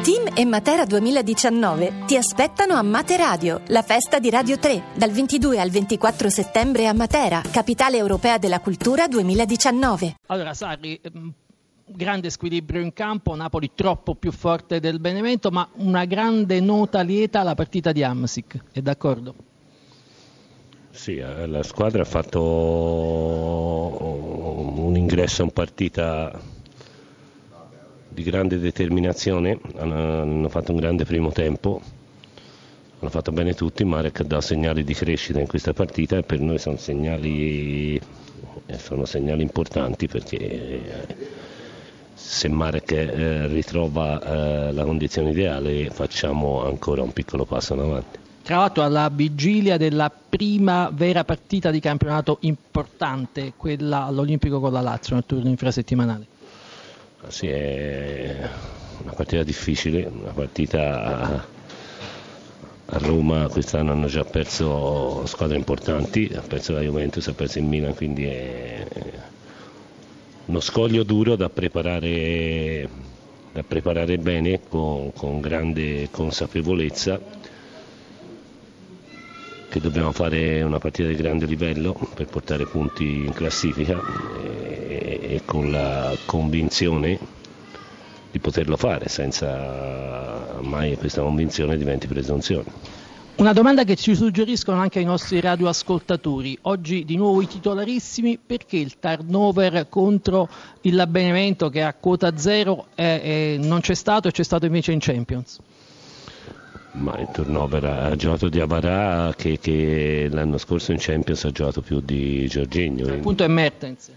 Team e Matera 2019 ti aspettano a Materadio, la festa di Radio 3, dal 22 al 24 settembre a Matera, capitale europea della cultura 2019. Allora, Sarri, grande squilibrio in campo, Napoli troppo più forte del Benevento, ma una grande nota lieta alla partita di Hamsik, è d'accordo? Sì, la squadra ha fatto un ingresso in partita di grande determinazione, hanno fatto un grande primo tempo, hanno fatto bene tutti. Marek dà segnali di crescita in questa partita e per noi sono segnali importanti, perché se Marek ritrova la condizione ideale facciamo ancora un piccolo passo in avanti. Tra l'altro alla vigilia della prima vera partita di campionato importante, quella all'Olimpico con la Lazio nel turno infrasettimanale. Sì, è una partita difficile, una partita a Roma. Quest'anno hanno già perso squadre importanti, ha perso la Juventus, ha perso il Milan, quindi è uno scoglio duro da preparare bene, con grande consapevolezza che dobbiamo fare una partita di grande livello per portare punti in classifica e con la convinzione di poterlo fare, senza mai questa convinzione diventi presunzione. Una domanda che ci suggeriscono anche i nostri radioascoltatori: oggi di nuovo i titolarissimi, perché il turnover contro il Benevento, che è a quota zero, non c'è stato e c'è stato invece in Champions? Ma il turnover ha giocato Diawara, che l'anno scorso in Champions ha giocato più di Jorginho. Il punto è Mertens.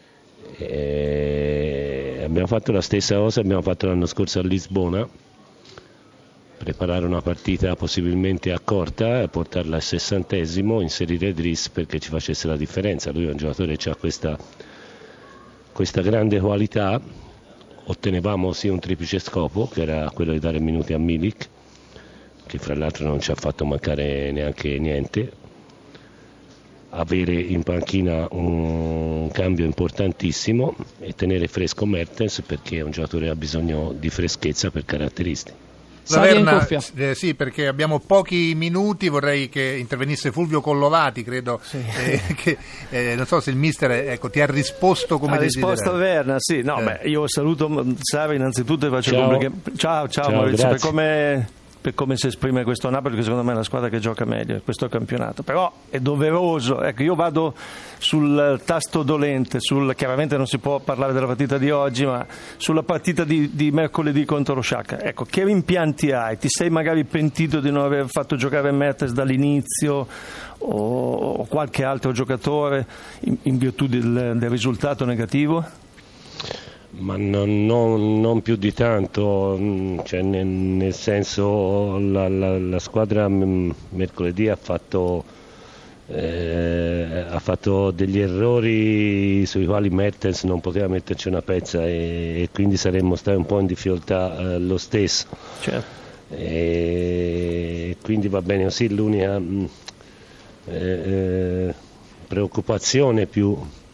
Abbiamo fatto la stessa cosa, abbiamo fatto l'anno scorso a Lisbona, preparare una partita possibilmente accorta, portarla al 60°, inserire Driss perché ci facesse la differenza. Lui è un giocatore che ha questa grande qualità. Ottenevamo sì un triplice scopo, che era quello di dare minuti a Milik, che fra l'altro non ci ha fatto mancare neanche niente. Avere in panchina un cambio importantissimo e tenere fresco Mertens, perché è un giocatore che ha bisogno di freschezza per caratteristiche. Verna, sì, perché abbiamo pochi minuti, vorrei che intervenisse Fulvio Collovati, credo, sì. Non so se il mister ti ha risposto come desiderato. Ha risposto Verna, sì, no, io saluto Sara innanzitutto e faccio complimenti. Ciao Maurizio, per come si esprime questo Napoli, che secondo me è la squadra che gioca meglio in questo campionato, però è doveroso, ecco, io vado sul tasto dolente, chiaramente non si può parlare della partita di oggi, ma sulla partita di mercoledì contro lo Shakhtar. Ecco, che rimpianti hai? Ti sei magari pentito di non aver fatto giocare Mertens dall'inizio o qualche altro giocatore in virtù del risultato negativo? Ma non più di tanto, cioè nel senso la squadra mercoledì ha fatto degli errori sui quali Mertens non poteva metterci una pezza e quindi saremmo stati un po' in difficoltà lo stesso. Certo. E quindi va bene così. L'unica preoccupazione più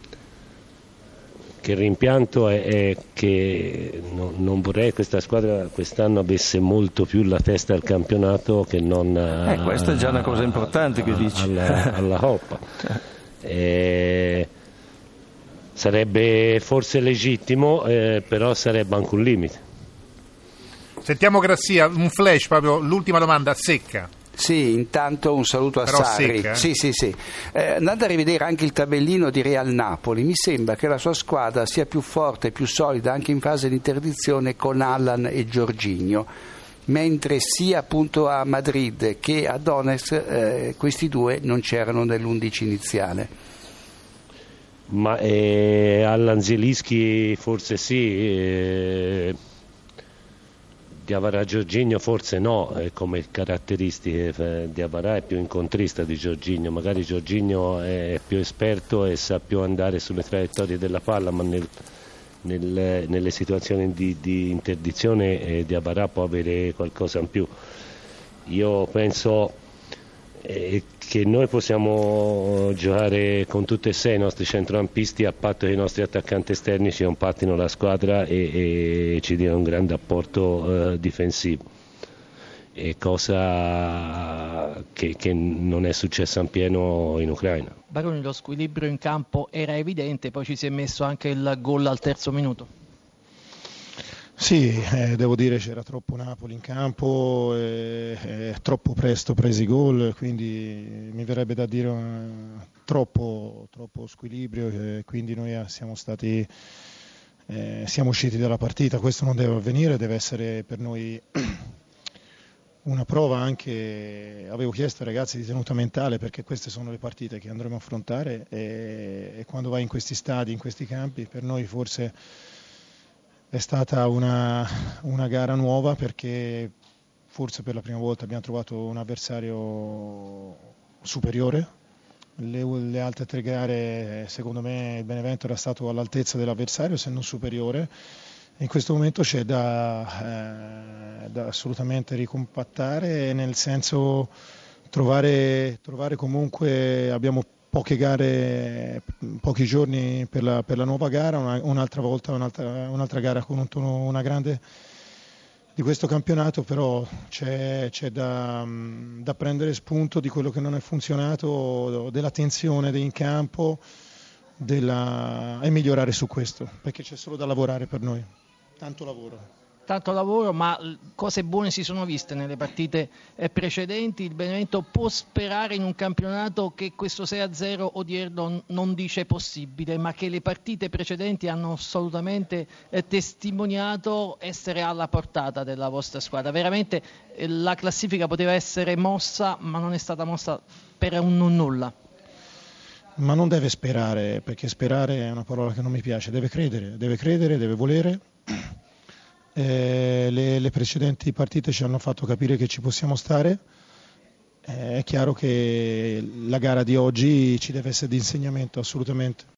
che rimpianto è che non vorrei che questa squadra quest'anno avesse molto più la testa al campionato che non questa è già una cosa importante che dici alla Coppa. Sarebbe forse legittimo, però sarebbe anche un limite. Sentiamo Grassia, un flash, proprio l'ultima domanda secca. Sì, intanto un saluto a però Sarri. Secca. Sì. Andando a rivedere anche il tabellino di Real Napoli, mi sembra che la sua squadra sia più forte e più solida anche in fase di interdizione con Allan e Jorginho, mentre sia appunto a Madrid che a Donetsk questi due non c'erano nell'11 iniziale. Ma Allan Zielinski forse sì, Diawara Jorginho forse no, come caratteristiche. Diawara è più incontrista di Jorginho, magari Jorginho è più esperto e sa più andare sulle traiettorie della palla, ma nelle situazioni di interdizione Diawara può avere qualcosa in più. Io penso che noi possiamo giocare con tutti e sei i nostri centrocampisti a patto che i nostri attaccanti esterni ci compattino la squadra e ci diano un grande apporto difensivo. e cosa che non è successa in pieno in Ucraina. Baroni, lo squilibrio in campo era evidente, poi ci si è messo anche il gol al terzo minuto. Sì, devo dire c'era troppo Napoli in campo, troppo presto presi gol, quindi mi verrebbe da dire troppo squilibrio, quindi noi siamo usciti dalla partita. Questo non deve avvenire, deve essere per noi una prova anche. Avevo chiesto ai ragazzi di tenuta mentale, perché queste sono le partite che andremo a affrontare e quando vai in questi stadi, in questi campi, per noi forse è stata una gara nuova, perché forse per la prima volta abbiamo trovato un avversario superiore. Le altre 3 gare, secondo me, il Benevento era stato all'altezza dell'avversario, se non superiore. In questo momento c'è da assolutamente ricompattare, nel senso trovare comunque, abbiamo poche gare, pochi giorni per la nuova gara, un'altra volta, un'altra gara contro una grande di questo campionato, però c'è da prendere spunto di quello che non è funzionato, della tensione in campo e migliorare su questo, perché c'è solo da lavorare per noi, tanto lavoro, ma cose buone si sono viste nelle partite precedenti. Il Benevento può sperare in un campionato che questo 6-0 odierno non dice possibile, ma che le partite precedenti hanno assolutamente testimoniato essere alla portata della vostra squadra. Veramente la classifica poteva essere mossa, ma non è stata mossa per un nulla. Ma non deve sperare, perché sperare è una parola che non mi piace, deve credere, deve volere. Le precedenti partite ci hanno fatto capire che ci possiamo stare. È chiaro che la gara di oggi ci deve essere di insegnamento, assolutamente.